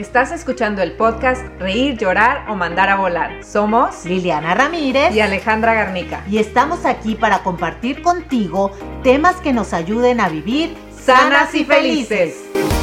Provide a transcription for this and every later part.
Estás escuchando el podcast Reír, Llorar o Mandar a Volar. Somos Liliana Ramírez y Alejandra Garnica. Y estamos aquí para compartir contigo temas que nos ayuden a vivir sanas y felices.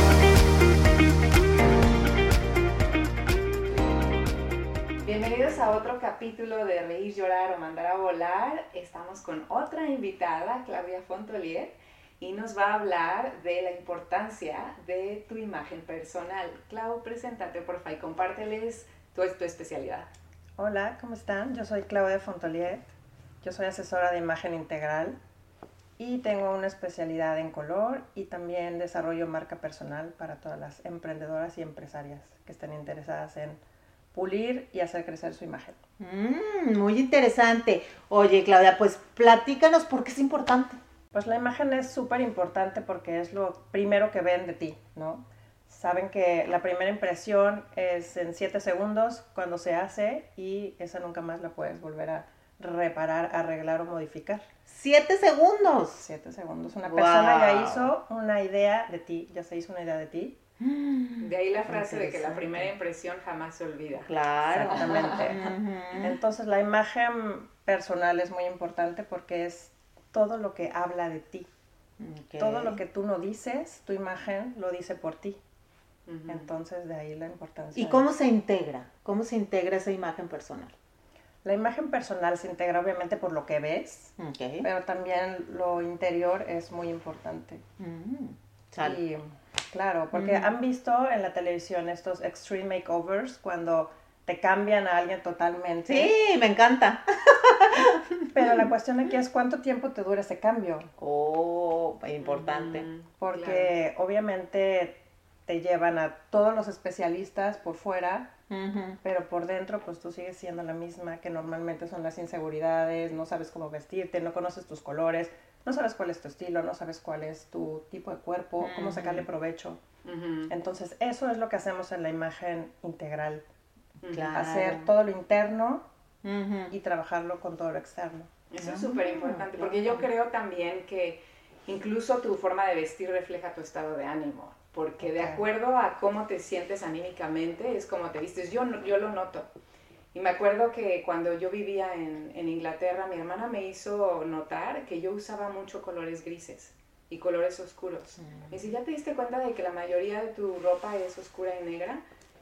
Bienvenidos a otro capítulo de Reír, Llorar o Mandar a Volar. Estamos con otra invitada, Claudia Fontolier, y nos va a hablar de la importancia de tu imagen personal. Clau, preséntate por favor y compárteles tu especialidad. Hola, ¿cómo están? Yo soy Claudia Fontolier, yo soy asesora de imagen integral y tengo una especialidad en color y también desarrollo marca personal para todas las emprendedoras y empresarias que estén interesadas en pulir y hacer crecer su imagen. Muy interesante. Oye, Claudia, pues platícanos por qué es importante. Pues la imagen es súper importante porque es lo primero que ven de ti, ¿no? Saben que la primera impresión es en 7 segundos cuando se hace y esa nunca más la puedes volver a reparar, arreglar o modificar. 7 segundos. 7 segundos. Una persona ya hizo una idea de ti, ya se hizo una idea de ti. De ahí la frase de que la primera impresión jamás se olvida. Claro. Exactamente. Entonces la imagen personal es muy importante porque es todo lo que habla de ti. Okay. Todo lo que tú no dices, tu imagen lo dice por ti. Entonces de ahí la importancia. ¿Y cómo se integra? ¿Cómo se integra esa imagen personal? La imagen personal se integra obviamente por lo que ves, pero también lo interior es muy importante. Y claro, porque han visto en la televisión estos extreme makeovers cuando te cambian a alguien totalmente. Sí, me encanta. Pero la cuestión aquí es cuánto tiempo te dura ese cambio. Oh, importante. Porque obviamente te llevan a todos los especialistas por fuera, pero por dentro pues tú sigues siendo la misma, que normalmente son las inseguridades, no sabes cómo vestirte, no conoces tus colores, no sabes cuál es tu estilo, no sabes cuál es tu tipo de cuerpo, cómo sacarle provecho. Entonces eso es lo que hacemos en la imagen integral. Claro. Hacer todo lo interno y trabajarlo con todo lo externo. Eso es súper importante, porque yo creo también que incluso tu forma de vestir refleja tu estado de ánimo, porque de acuerdo a cómo te sientes anímicamente es como te vistes. Yo lo noto. Y me acuerdo que cuando yo vivía en Inglaterra, mi hermana me hizo notar que yo usaba mucho colores grises y colores oscuros. Me dice, ¿ya te diste cuenta de que la mayoría de tu ropa es oscura y negra?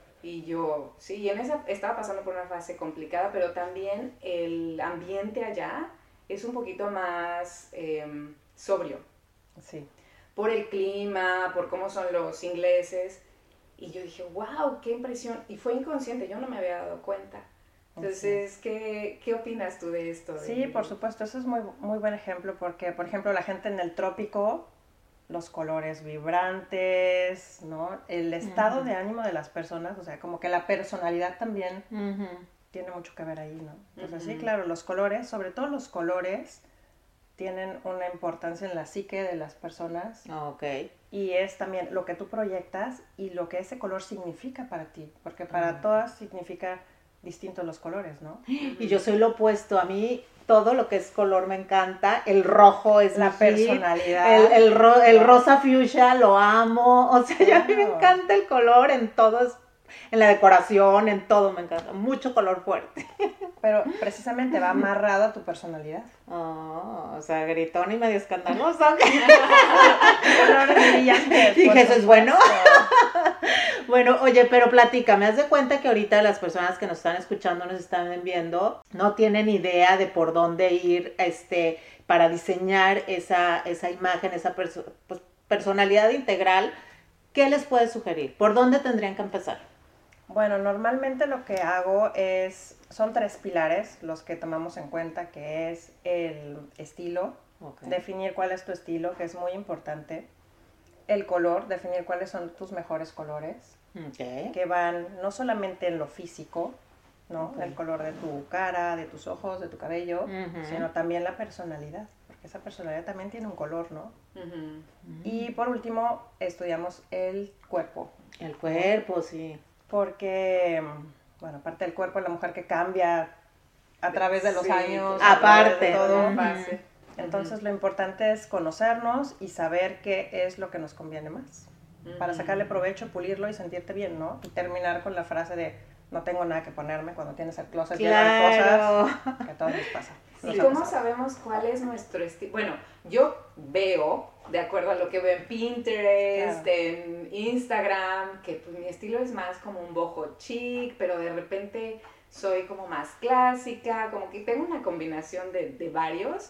Y yo, sí, y en esa estaba pasando por una fase complicada, pero también el ambiente allá es un poquito más sobrio. Sí. Por el clima, por cómo son los ingleses. Y yo dije, wow, qué impresión. Y fue inconsciente, yo no me había dado cuenta. Entonces, ¿qué opinas tú de esto? Sí, por supuesto, eso es muy, muy buen ejemplo porque, por ejemplo, la gente en el trópico, los colores vibrantes, ¿no? El estado de ánimo de las personas, o sea, como que la personalidad también tiene mucho que ver ahí, ¿no? Entonces, sí, claro, los colores, sobre todo los colores, tienen una importancia en la psique de las personas. Okay. Y es también lo que tú proyectas y lo que ese color significa para ti, porque para todas significa distintos los colores, ¿no? Y yo soy lo opuesto, a mí todo lo que es color me encanta, el rojo es la personalidad, el rosa fuchsia lo amo, o sea, a mí me encanta el color en todo, en la decoración, en todo me encanta, mucho color fuerte. Pero precisamente va amarrado a tu personalidad. Oh, o sea, gritón y medio escandaloso. Colores brillantes. Dije, ¿eso es bueno? Bueno, oye, pero platícame, haz de cuenta que ahorita las personas que nos están escuchando, nos están viendo, no tienen idea de por dónde ir para diseñar esa imagen, esa personalidad integral. ¿Qué les puedes sugerir? ¿Por dónde tendrían que empezar? Bueno, normalmente lo que hago son 3 pilares los que tomamos en cuenta, que es el estilo, definir cuál es tu estilo, que es muy importante. El color, definir cuáles son tus mejores colores, que van no solamente en lo físico, ¿no? El color de tu cara, de tus ojos, de tu cabello, sino también la personalidad, porque esa personalidad también tiene un color, ¿no? Y por último, estudiamos el cuerpo. El cuerpo, sí. Porque, bueno, aparte del cuerpo, la mujer que cambia a través de los años, aparte de todo. Entonces lo importante es conocernos y saber qué es lo que nos conviene más. para sacarle provecho, pulirlo y sentirte bien, ¿no? Y terminar con la frase de no tengo nada que ponerme cuando tienes el closet lleno de cosas, que a todos les pasa. ¿Y cómo sabemos cuál es nuestro estilo? Bueno, yo veo, de acuerdo a lo que veo en Pinterest, en Instagram, que pues mi estilo es más como un boho chic, pero de repente soy como más clásica, como que tengo una combinación de varios.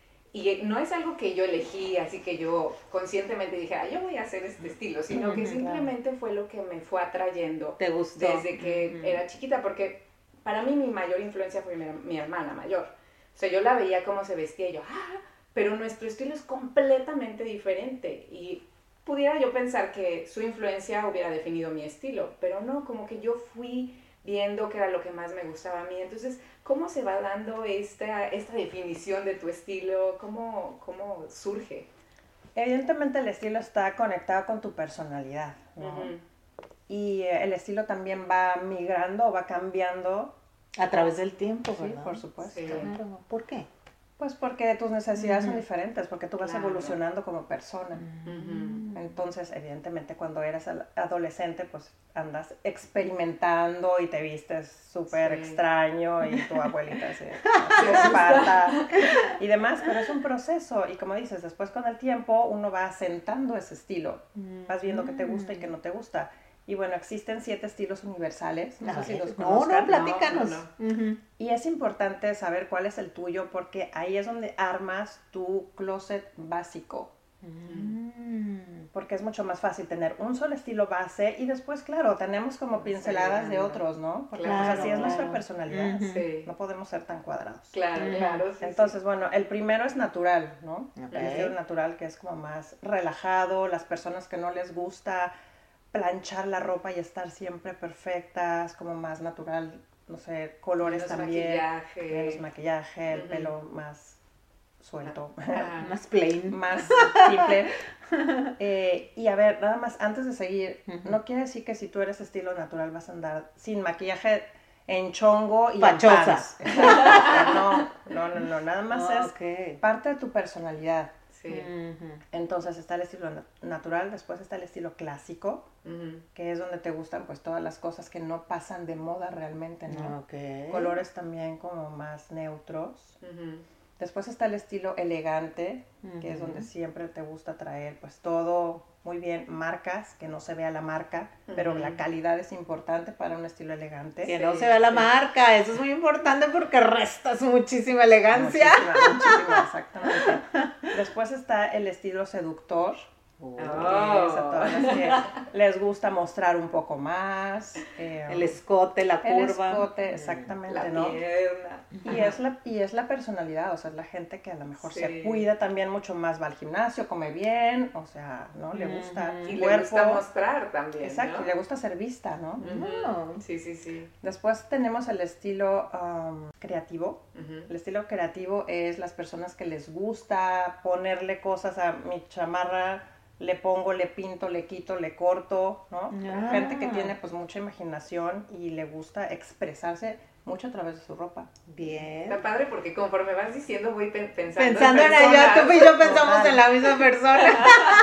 Y no es algo que yo elegí, así que yo conscientemente dije, yo voy a hacer este estilo, sino que simplemente fue lo que me fue atrayendo. ¿Te gustó? Desde que era chiquita, porque para mí mi mayor influencia fue mi hermana mayor. O sea, yo la veía cómo se vestía y yo, pero nuestro estilo es completamente diferente. Y pudiera yo pensar que su influencia hubiera definido mi estilo, pero no, como que yo fui viendo qué era lo que más me gustaba a mí. Entonces, ¿cómo se va dando esta definición de tu estilo? ¿Cómo surge? Evidentemente el estilo está conectado con tu personalidad, ¿no? Y el estilo también va migrando o va cambiando a través del tiempo, ¿verdad? Sí, por supuesto. Sí. Claro. ¿Por qué? Pues porque tus necesidades son diferentes, porque tú vas evolucionando como persona. Entonces, evidentemente, cuando eres adolescente, pues andas experimentando y te vistes súper extraño y tu abuelita se espanta y demás, pero es un proceso y como dices, después con el tiempo uno va asentando ese estilo, vas viendo qué te gusta y qué no te gusta. Y bueno, existen 7 estilos universales, no sé si los conozcan. No, platícanos. Y es importante saber cuál es el tuyo porque ahí es donde armas tu closet básico. Porque es mucho más fácil tener un solo estilo base y después, claro, tenemos como pinceladas de otros, ¿no? Porque pues así es nuestra personalidad. No podemos ser tan cuadrados. Claro. Sí, entonces, bueno, el primero es natural, ¿no? El estilo natural que es como más relajado, las personas que no les gusta planchar la ropa y estar siempre perfectas, como más natural, no sé, colores también. Menos maquillaje, el pelo más suelto. Más plain. Más simple. Y a ver, nada más, antes de seguir, no quiere decir que si tú eres estilo natural vas a andar sin maquillaje en chongo y pachosa. No, nada más es parte de tu personalidad. Sí. Entonces está el estilo natural, después está el estilo clásico, que es donde te gustan pues todas las cosas que no pasan de moda realmente, ¿no? Colores también como más neutros. Después está el estilo elegante, que es donde siempre te gusta traer pues todo muy bien, marcas, que no se vea la marca, pero la calidad es importante para un estilo elegante. Que no se vea la marca, eso es muy importante porque restas muchísima elegancia. Muchísima, exactamente. Después está el estilo seductor, que es a todas las que les gusta mostrar un poco más. El escote, la curva. El escote, exactamente, la ¿no? pierna. Y es la personalidad, o sea, es la gente que a lo mejor se cuida también mucho más, va al gimnasio, come bien, o sea, ¿no? Le gusta y cuerpo. Le gusta mostrar también, exacto, ¿no? y le gusta ser vista, ¿no? Sí. Después tenemos el estilo creativo. El estilo creativo es las personas que les gusta ponerle cosas a mi chamarra, le pongo, le pinto, le quito, le corto, ¿no? Gente que tiene pues mucha imaginación y le gusta expresarse mucho a través de su ropa. Bien. Está padre porque conforme vas diciendo voy pensando en ella, tú y yo pensamos en la misma persona.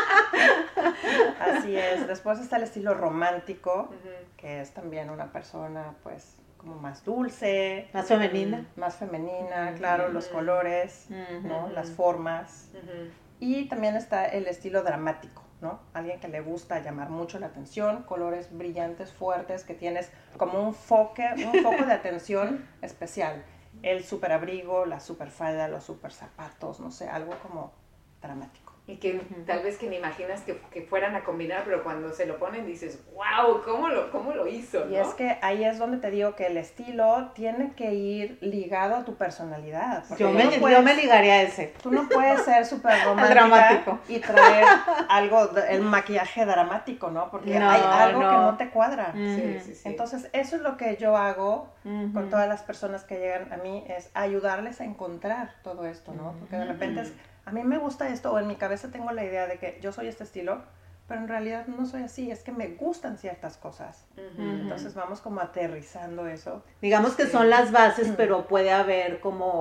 Así es. Después está el estilo romántico, que es también una persona pues como más dulce. Más femenina. Más femenina, claro, los colores, ¿no? Las formas. Y también está el estilo dramático, ¿no? Alguien que le gusta llamar mucho la atención, colores brillantes, fuertes, que tienes como un foco de atención especial. El super abrigo, la super falda, los super zapatos, no sé, algo como dramático. Y que tal vez que ni imaginas que fueran a combinar, pero cuando se lo ponen dices, wow, ¿cómo lo hizo? ¿no? Y es que ahí es donde te digo que el estilo tiene que ir ligado a tu personalidad. Yo me ligaría a ese. Tú no puedes ser súper romántica y traer el maquillaje dramático, ¿no? Porque hay algo que no te cuadra. Sí. Entonces, eso es lo que yo hago con todas las personas que llegan a mí, es ayudarles a encontrar todo esto, ¿no? Porque de repente a mí me gusta esto, o en mi cabeza tengo la idea de que yo soy este estilo, pero en realidad no soy así, es que me gustan ciertas cosas. Entonces vamos como aterrizando eso. Digamos que son las bases, pero puede haber como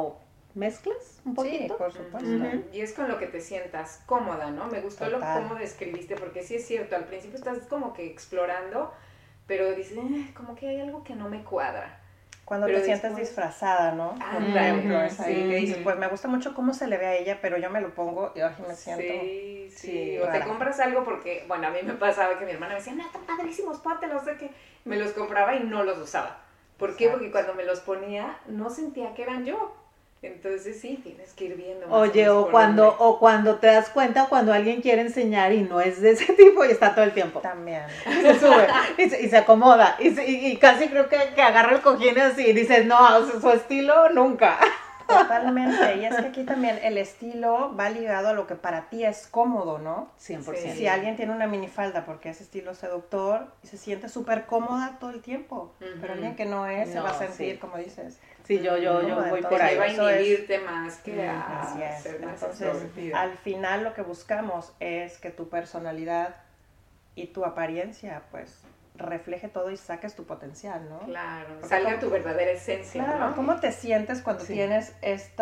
mezclas un poquito. Sí, por supuesto. Y es con lo que te sientas cómoda, ¿no? Me gustó cómo describiste, porque sí es cierto, al principio estás como que explorando, pero dices, como que hay algo que no me cuadra. Cuando te sientes disfrazada, ¿no? Por ejemplo, es ahí que dices, pues me gusta mucho cómo se le ve a ella, pero yo me lo pongo y me siento... Sí. O te compras algo porque, bueno, a mí me pasaba que mi hermana me decía, no, están padrísimos, póntelos, no sé qué. Me los compraba y no los usaba. ¿Por qué? Porque cuando me los ponía, no sentía que eran yo. Entonces sí, tienes que ir viendo más. Oye, o cuando te das cuenta, cuando alguien quiere enseñar y no es de ese tipo y está todo el tiempo. También. Se sube y se acomoda y casi creo que agarra el cojín así y dices, no, su estilo nunca. Totalmente, y es que aquí también el estilo va ligado a lo que para ti es cómodo, ¿no? 100%. Sí. Si alguien tiene una minifalda porque es estilo seductor y se siente súper cómoda todo el tiempo, pero alguien que no es se va a sentir, como dices. Sí, yo voy por ahí. Va a inhibirte más que así es. ser más Entonces, al final lo que buscamos es que tu personalidad y tu apariencia, pues, refleje todo y saques tu potencial, ¿no? Claro, salga tu verdadera esencia, claro, ¿no? ¿Cómo te sientes cuando tienes este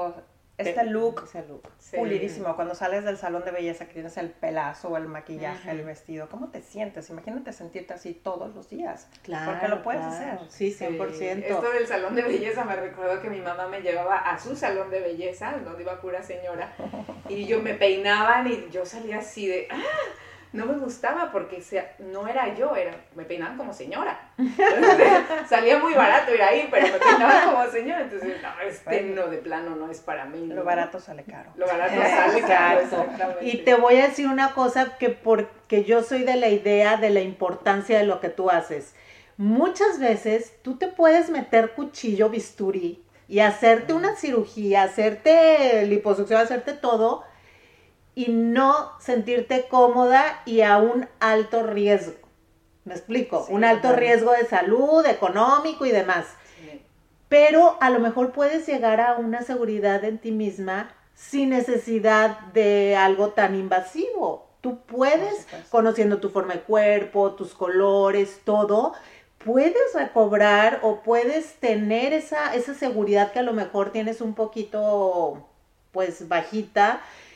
look pulidísimo? Cuando sales del salón de belleza que tienes el pelazo o el maquillaje, el vestido, ¿cómo te sientes? Imagínate sentirte así todos los días. Claro, porque lo puedes hacer. Sí, 100%. Esto del salón de belleza me recordó que mi mamá me llevaba a su salón de belleza, donde iba pura señora, y yo me peinaban y yo salía así de... No me gustaba porque no era yo, me peinaban como señora. Entonces, salía muy barato ir ahí, pero me peinaban como señora. Entonces, no, de plano no es para mí. Lo barato sale caro. Lo barato sale caro, exactamente. Y te voy a decir una cosa porque yo soy de la idea de la importancia de lo que tú haces. Muchas veces tú te puedes meter cuchillo, bisturí y hacerte una cirugía, hacerte liposucción, hacerte todo y no sentirte cómoda y a un alto riesgo. ¿Me explico? Un alto riesgo de salud, económico y demás. Sí. Pero a lo mejor puedes llegar a una seguridad en ti misma sin necesidad de algo tan invasivo. Tú puedes, conociendo tu forma de cuerpo, tus colores, todo, puedes recobrar o puedes tener esa seguridad que a lo mejor tienes un poquito, pues, bajita.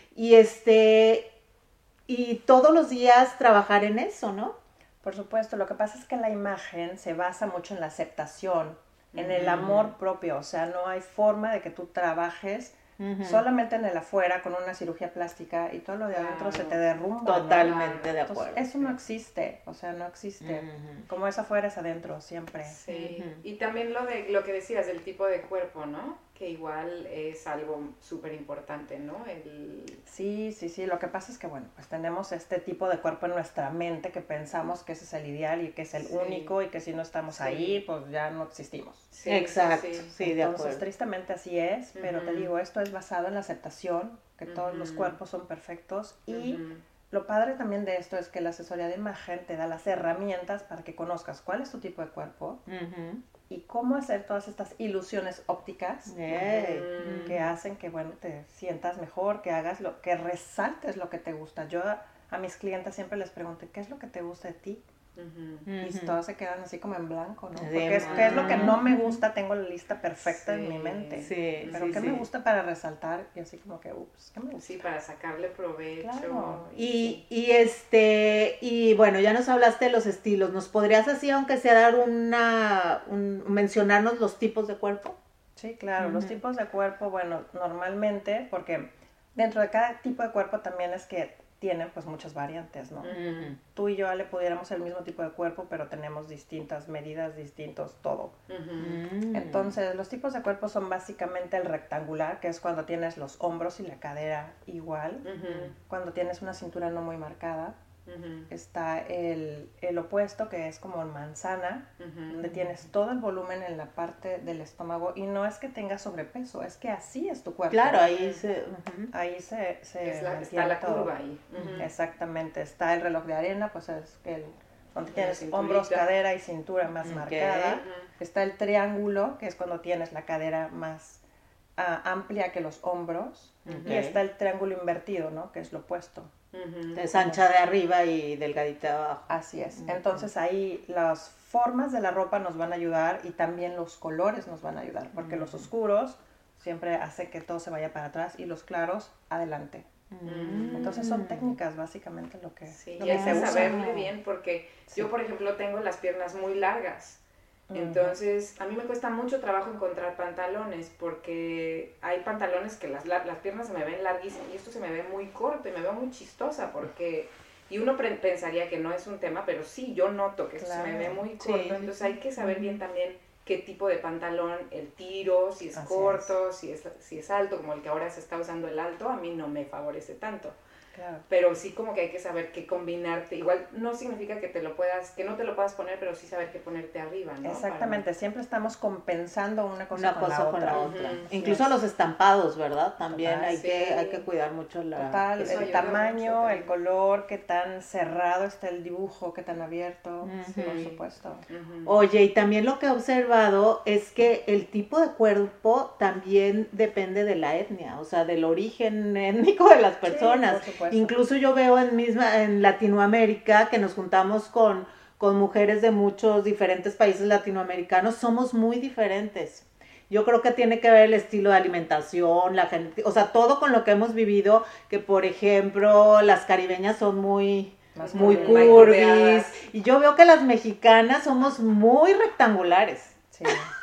Y todos los días trabajar en eso, ¿no? Por supuesto, lo que pasa es que la imagen se basa mucho en la aceptación, en el amor propio, o sea, no hay forma de que tú trabajes solamente en el afuera con una cirugía plástica y todo lo de adentro se te derrumba. Totalmente, ¿no? De acuerdo. Entonces, eso no existe, o sea, no existe. Como es afuera es adentro, siempre. Sí, y también lo que decías del tipo de cuerpo, ¿no? Que igual es algo súper importante, ¿no? Sí, lo que pasa es que, bueno, pues tenemos este tipo de cuerpo en nuestra mente que pensamos que ese es el ideal y que es el único y que si no estamos ahí, pues ya no existimos. Sí, exacto, sí, de acuerdo. Entonces, tristemente así es, pero te digo, esto es basado en la aceptación, que todos los cuerpos son perfectos y lo padre también de esto es que la asesoría de imagen te da las herramientas para que conozcas cuál es tu tipo de cuerpo y cómo hacer todas estas ilusiones ópticas que hacen que, bueno, te sientas mejor, que hagas que resaltes lo que te gusta. Yo a mis clientes siempre les pregunto, ¿qué es lo que te gusta de ti? Y todos se quedan así como en blanco, ¿no? Porque ¿qué es lo que no me gusta? Tengo la lista perfecta en mi mente. Pero ¿qué me gusta para resaltar? Y así como que, ¿qué me gusta? Sí, para sacarle provecho. Claro. Y bueno, ya nos hablaste de los estilos. ¿Nos podrías así, aunque sea dar mencionarnos los tipos de cuerpo? Sí, claro. Los tipos de cuerpo, bueno, normalmente, porque dentro de cada tipo de cuerpo también es que tienen pues muchas variantes, ¿no? Tú y yo le pudiéramos el mismo tipo de cuerpo, pero tenemos distintas medidas, distintos todo. Entonces, los tipos de cuerpo son básicamente el rectangular, que es cuando tienes los hombros y la cadera igual, cuando tienes una cintura no muy marcada. Está el opuesto, que es como manzana, donde tienes todo el volumen en la parte del estómago y no es que tengas sobrepeso, es que así es tu cuerpo. Claro, ahí se está la curva ahí. Exactamente, está el reloj de arena, pues es donde tienes hombros, cadera y cintura más marcada. Está el triángulo, que es cuando tienes la cadera más amplia que los hombros. Y está el triángulo invertido, ¿no? Que es lo opuesto. Es ancha de arriba y delgadita de abajo. Así es. Entonces ahí las formas de la ropa nos van a ayudar y también los colores nos van a ayudar, porque los oscuros siempre hace que todo se vaya para atrás y los claros adelante. Entonces son técnicas básicamente lo que sí, lo y hay se que usa. saberle bien porque yo, por ejemplo, tengo las piernas muy largas. Entonces, a mí me cuesta mucho trabajo encontrar pantalones porque hay pantalones que las piernas se me ven larguísimas y esto se me ve muy corto y me veo muy chistosa porque... Y uno pensaría que no es un tema, pero sí, yo noto que esto se me ve muy corto. Entonces hay que saber bien también qué tipo de pantalón, el tiro, si es corto, si es alto, como el que ahora se está usando el alto, a mí no me favorece tanto. Claro. Pero sí como que hay que saber qué combinarte. Igual no significa que no te lo puedas poner, pero sí saber qué ponerte arriba, ¿no? Exactamente, siempre estamos compensando una cosa con la otra. Incluso los estampados, ¿verdad? También Total, hay que cuidar mucho el tamaño, el color, qué tan cerrado está el dibujo, qué tan abierto, por supuesto. Oye, y también lo que he observado es que el tipo de cuerpo también depende de la etnia, o sea, del origen étnico de las personas. Sí, por supuesto. Incluso yo veo en Latinoamérica que nos juntamos con mujeres de muchos diferentes países latinoamericanos, somos muy diferentes. Yo creo que tiene que ver el estilo de alimentación, la gente, o sea, todo con lo que hemos vivido, que por ejemplo las caribeñas son muy curvis, y yo veo que las mexicanas somos muy rectangulares. Sí.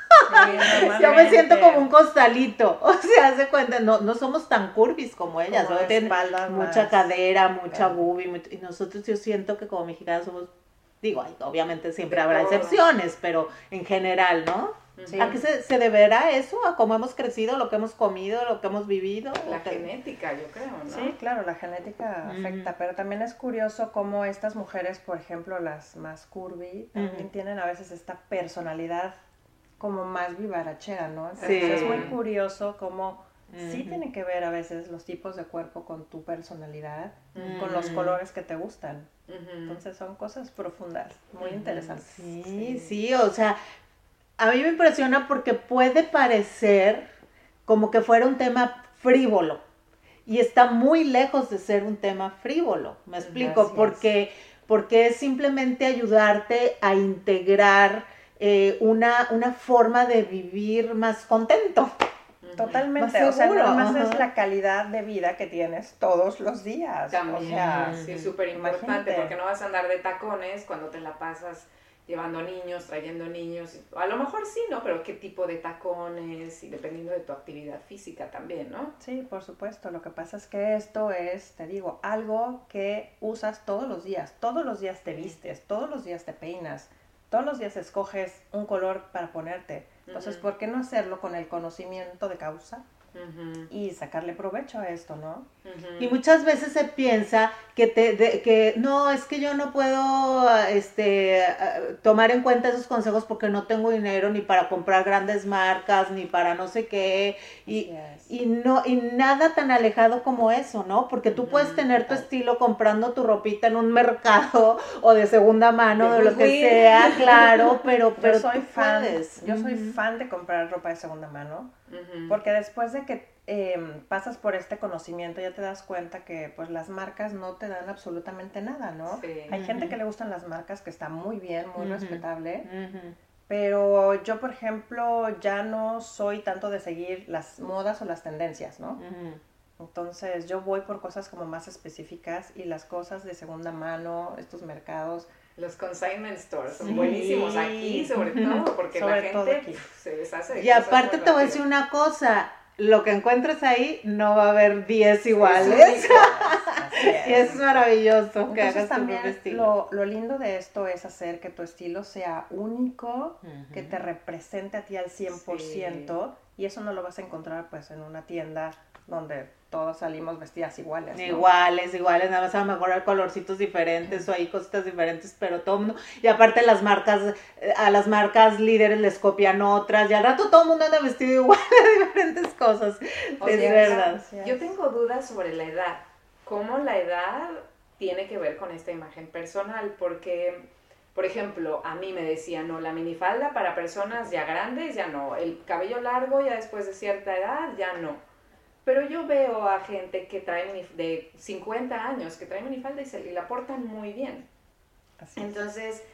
Yo me siento como un costalito, o sea, haz de cuenta, no somos tan curvis como ellas, como tienen mucha cadera, mucha boobie, y nosotros yo siento que como mexicanas somos, digo, obviamente siempre habrá excepciones, pero en general, ¿no? Sí. ¿A qué se deberá eso? ¿A cómo hemos crecido, lo que hemos comido, lo que hemos vivido? La genética, yo creo, ¿no? Sí, claro, la genética afecta, pero también es curioso cómo estas mujeres, por ejemplo, las más curvy, también tienen a veces esta personalidad como más vivarachera, ¿no? Entonces es muy curioso cómo sí tiene que ver a veces los tipos de cuerpo con tu personalidad, con los colores que te gustan. Entonces son cosas profundas, muy interesantes. Sí, o sea, a mí me impresiona porque puede parecer como que fuera un tema frívolo y está muy lejos de ser un tema frívolo, ¿me explico? Porque es simplemente ayudarte a integrar una forma de vivir más contento. Totalmente, o sea, nada más es la calidad de vida que tienes todos los días. También, o sea, sí, es súper importante porque no vas a andar de tacones cuando te la pasas llevando niños, trayendo niños, a lo mejor sí, ¿no? Pero qué tipo de tacones y dependiendo de tu actividad física también, ¿no? Sí, por supuesto, lo que pasa es que esto es, te digo, algo que usas todos los días te vistes, todos los días te peinas, todos los días escoges un color para ponerte. Entonces, ¿por qué no hacerlo con el conocimiento de causa y sacarle provecho a esto, ¿no? Y muchas veces se piensa que no, es que yo no puedo tomar en cuenta esos consejos porque no tengo dinero ni para comprar grandes marcas, ni para no sé qué, y nada tan alejado como eso, ¿no? Porque tú puedes tener tu estilo comprando tu ropita en un mercado o de segunda mano, de lo que sea, claro, pero yo soy fan de comprar ropa de segunda mano, porque después de que pasas por este conocimiento ya te das cuenta que pues las marcas no te dan absolutamente nada, ¿no? Sí. Hay gente que le gustan las marcas, que está muy bien, muy respetable, pero yo, por ejemplo, ya no soy tanto de seguir las modas o las tendencias, ¿no? Entonces yo voy por cosas como más específicas y las cosas de segunda mano, estos mercados. Los consignment stores son buenísimos aquí, sobre todo, porque la gente se deshace de cosas. Y aparte te voy a decir una cosa, lo que encuentres ahí no va a haber 10 iguales. Y es maravilloso. Entonces, que hagas también tu estilo. Lo lindo de esto es hacer que tu estilo sea único, que te represente a ti al 100%, y eso no lo vas a encontrar pues en una tienda donde todos salimos vestidas iguales, ¿no? Iguales, nada más a lo mejor hay colorcitos diferentes o hay cositas diferentes, pero todo el mundo, y aparte a las marcas líderes les copian otras, y al rato todo el mundo anda vestido igual de diferentes cosas, verdad. Yo tengo dudas sobre la edad, cómo la edad tiene que ver con esta imagen personal, porque, por ejemplo, a mí me decían, no, la minifalda para personas ya grandes, ya no, el cabello largo ya después de cierta edad, ya no. Pero yo veo a gente que trae de 50 años, que trae minifalda y la portan muy bien. Entonces,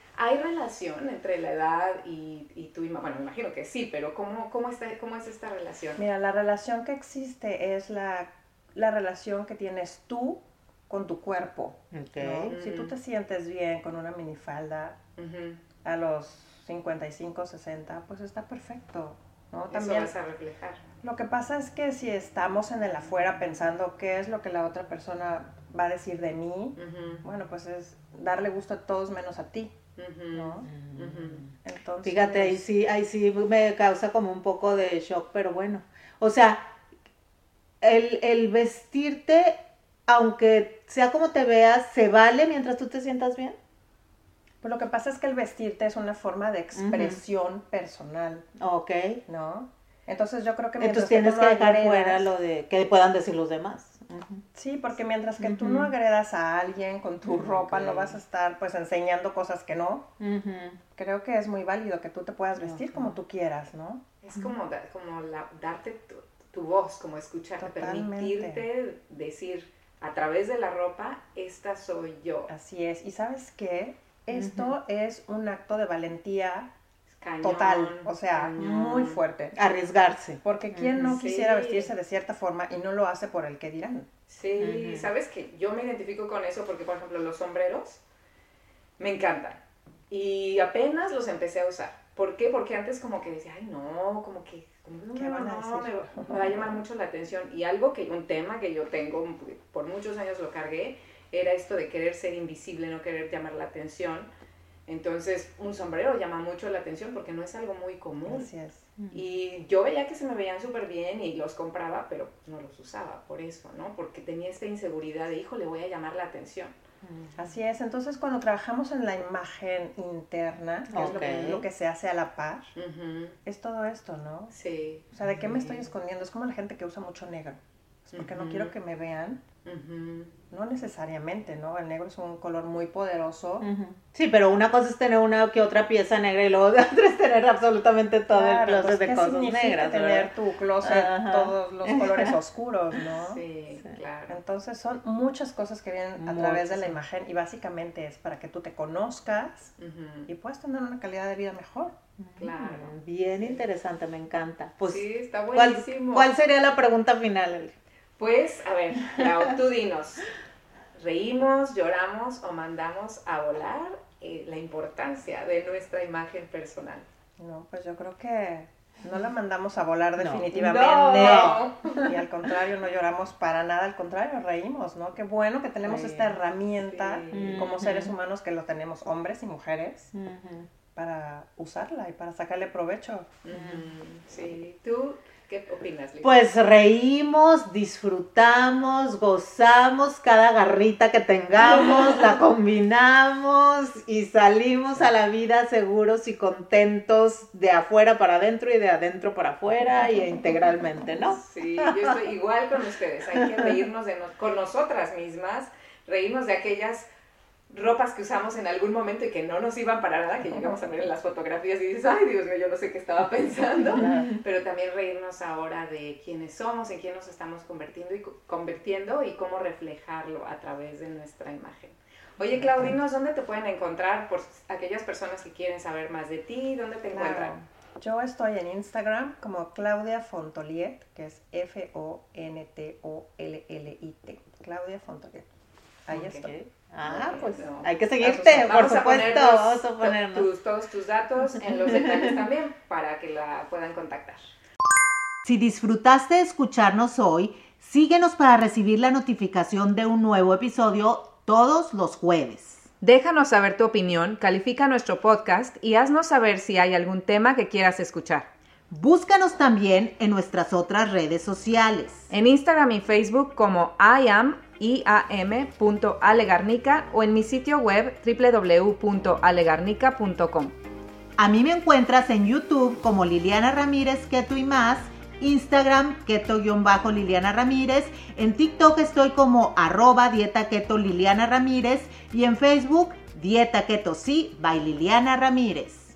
¿Hay relación entre la edad y tu imagen? Bueno, me imagino que sí, pero ¿cómo es esta relación? Mira, la relación que existe es la relación que tienes tú con tu cuerpo. Okay. ¿No? Si tú te sientes bien con una minifalda a los 55, 60, pues está perfecto, ¿no? También eso vas a reflejar. Lo que pasa es que si estamos en el afuera pensando qué es lo que la otra persona va a decir de mí, bueno, pues es darle gusto a todos menos a ti, ¿no? Entonces, fíjate, ahí sí me causa como un poco de shock, pero bueno, o sea, el vestirte, aunque sea como te veas, ¿se vale mientras tú te sientas bien? Pues lo que pasa es que el vestirte es una forma de expresión personal. Ok. ¿No? Entonces yo creo que mientras tienes que dejar fuera lo de que puedan decir los demás. Sí, porque mientras que tú no agredas a alguien con tu ropa, no vas a estar pues enseñando cosas que no. Creo que es muy válido que tú te puedas vestir como tú quieras, ¿no? Es como darte tu voz, como escucharte, permitirte decir a través de la ropa, esta soy yo. Así es. ¿Y sabes qué? Esto es un acto de valentía cañón, total, o sea, muy fuerte. Arriesgarse. Porque ¿quién no quisiera vestirse de cierta forma y no lo hace por el que dirán? Sí, sabes que yo me identifico con eso porque, por ejemplo, los sombreros me encantan y apenas los empecé a usar. ¿Por qué? Porque antes como que decía, ay no, como que ¿qué van a decir? Me va a llamar mucho la atención. Y un tema que yo tengo, por muchos años lo cargué, era esto de querer ser invisible, no querer llamar la atención. Entonces, un sombrero llama mucho la atención porque no es algo muy común. Así es. Y yo veía que se me veían súper bien y los compraba, pero no los usaba por eso, ¿no? Porque tenía esta inseguridad de, híjole, voy a llamar la atención. Así es. Entonces, cuando trabajamos en la imagen interna, que es lo que se hace a la par, es todo esto, ¿no? Sí. O sea, ¿de qué me estoy escondiendo? Es como la gente que usa mucho negro. Es porque no quiero que me vean. No necesariamente, ¿no? El negro es un color muy poderoso. Sí, pero una cosa es tener una que otra pieza negra y luego otra es tener absolutamente todo el closet de cosas negras. Tener tu closet todos los colores oscuros, ¿no? Sí, claro. Entonces son muchas cosas que vienen a través de la imagen y básicamente es para que tú te conozcas y puedas tener una calidad de vida mejor. Claro. Bien interesante, me encanta. Pues, sí, está buenísimo. ¿Cuál sería la pregunta final? Pues, a ver, Clau, tú dinos, ¿reímos, lloramos o mandamos a volar la importancia de nuestra imagen personal? No, pues yo creo que no la mandamos a volar definitivamente. No. Y al contrario, no lloramos para nada, al contrario, reímos, ¿no? Qué bueno que tenemos esta herramienta como seres humanos, que lo tenemos hombres y mujeres, para usarla y para sacarle provecho. Sí, ¿tú qué opinas, Liz? Pues reímos, disfrutamos, gozamos cada garrita que tengamos, la combinamos y salimos a la vida seguros y contentos de afuera para adentro y de adentro para afuera y integralmente, ¿no? Sí, yo estoy igual con ustedes. Hay que reírnos con nosotras mismas, reírnos de aquellas ropas que usamos en algún momento y que no nos iban para nada, que llegamos a ver en las fotografías y dices, ay Dios mío, yo no sé qué estaba pensando, pero también reírnos ahora de quiénes somos, en quién nos estamos convirtiendo y cómo reflejarlo a través de nuestra imagen. Oye, Claudinos, ¿dónde te pueden encontrar por aquellas personas que quieren saber más de ti? ¿Dónde te encuentran? Yo estoy en Instagram como Claudia Fontoliet, que es Fontollit, Claudia Fontoliet. Ahí estoy. Pues hay que seguirte, por supuesto. Vamos a ponernos todos tus datos en los detalles también para que la puedan contactar. Si disfrutaste de escucharnos hoy, síguenos para recibir la notificación de un nuevo episodio todos los jueves. Déjanos saber tu opinión, califica nuestro podcast y haznos saber si hay algún tema que quieras escuchar. Búscanos también en nuestras otras redes sociales. En Instagram y Facebook como iam.alegarnica o en mi sitio web www.alegarnica.com. A mí me encuentras en YouTube como Liliana Ramírez Keto y más, Instagram keto-Liliana Ramírez, en TikTok estoy como @dieta keto Liliana Ramírez y en Facebook Dieta Keto Sí by Liliana Ramírez.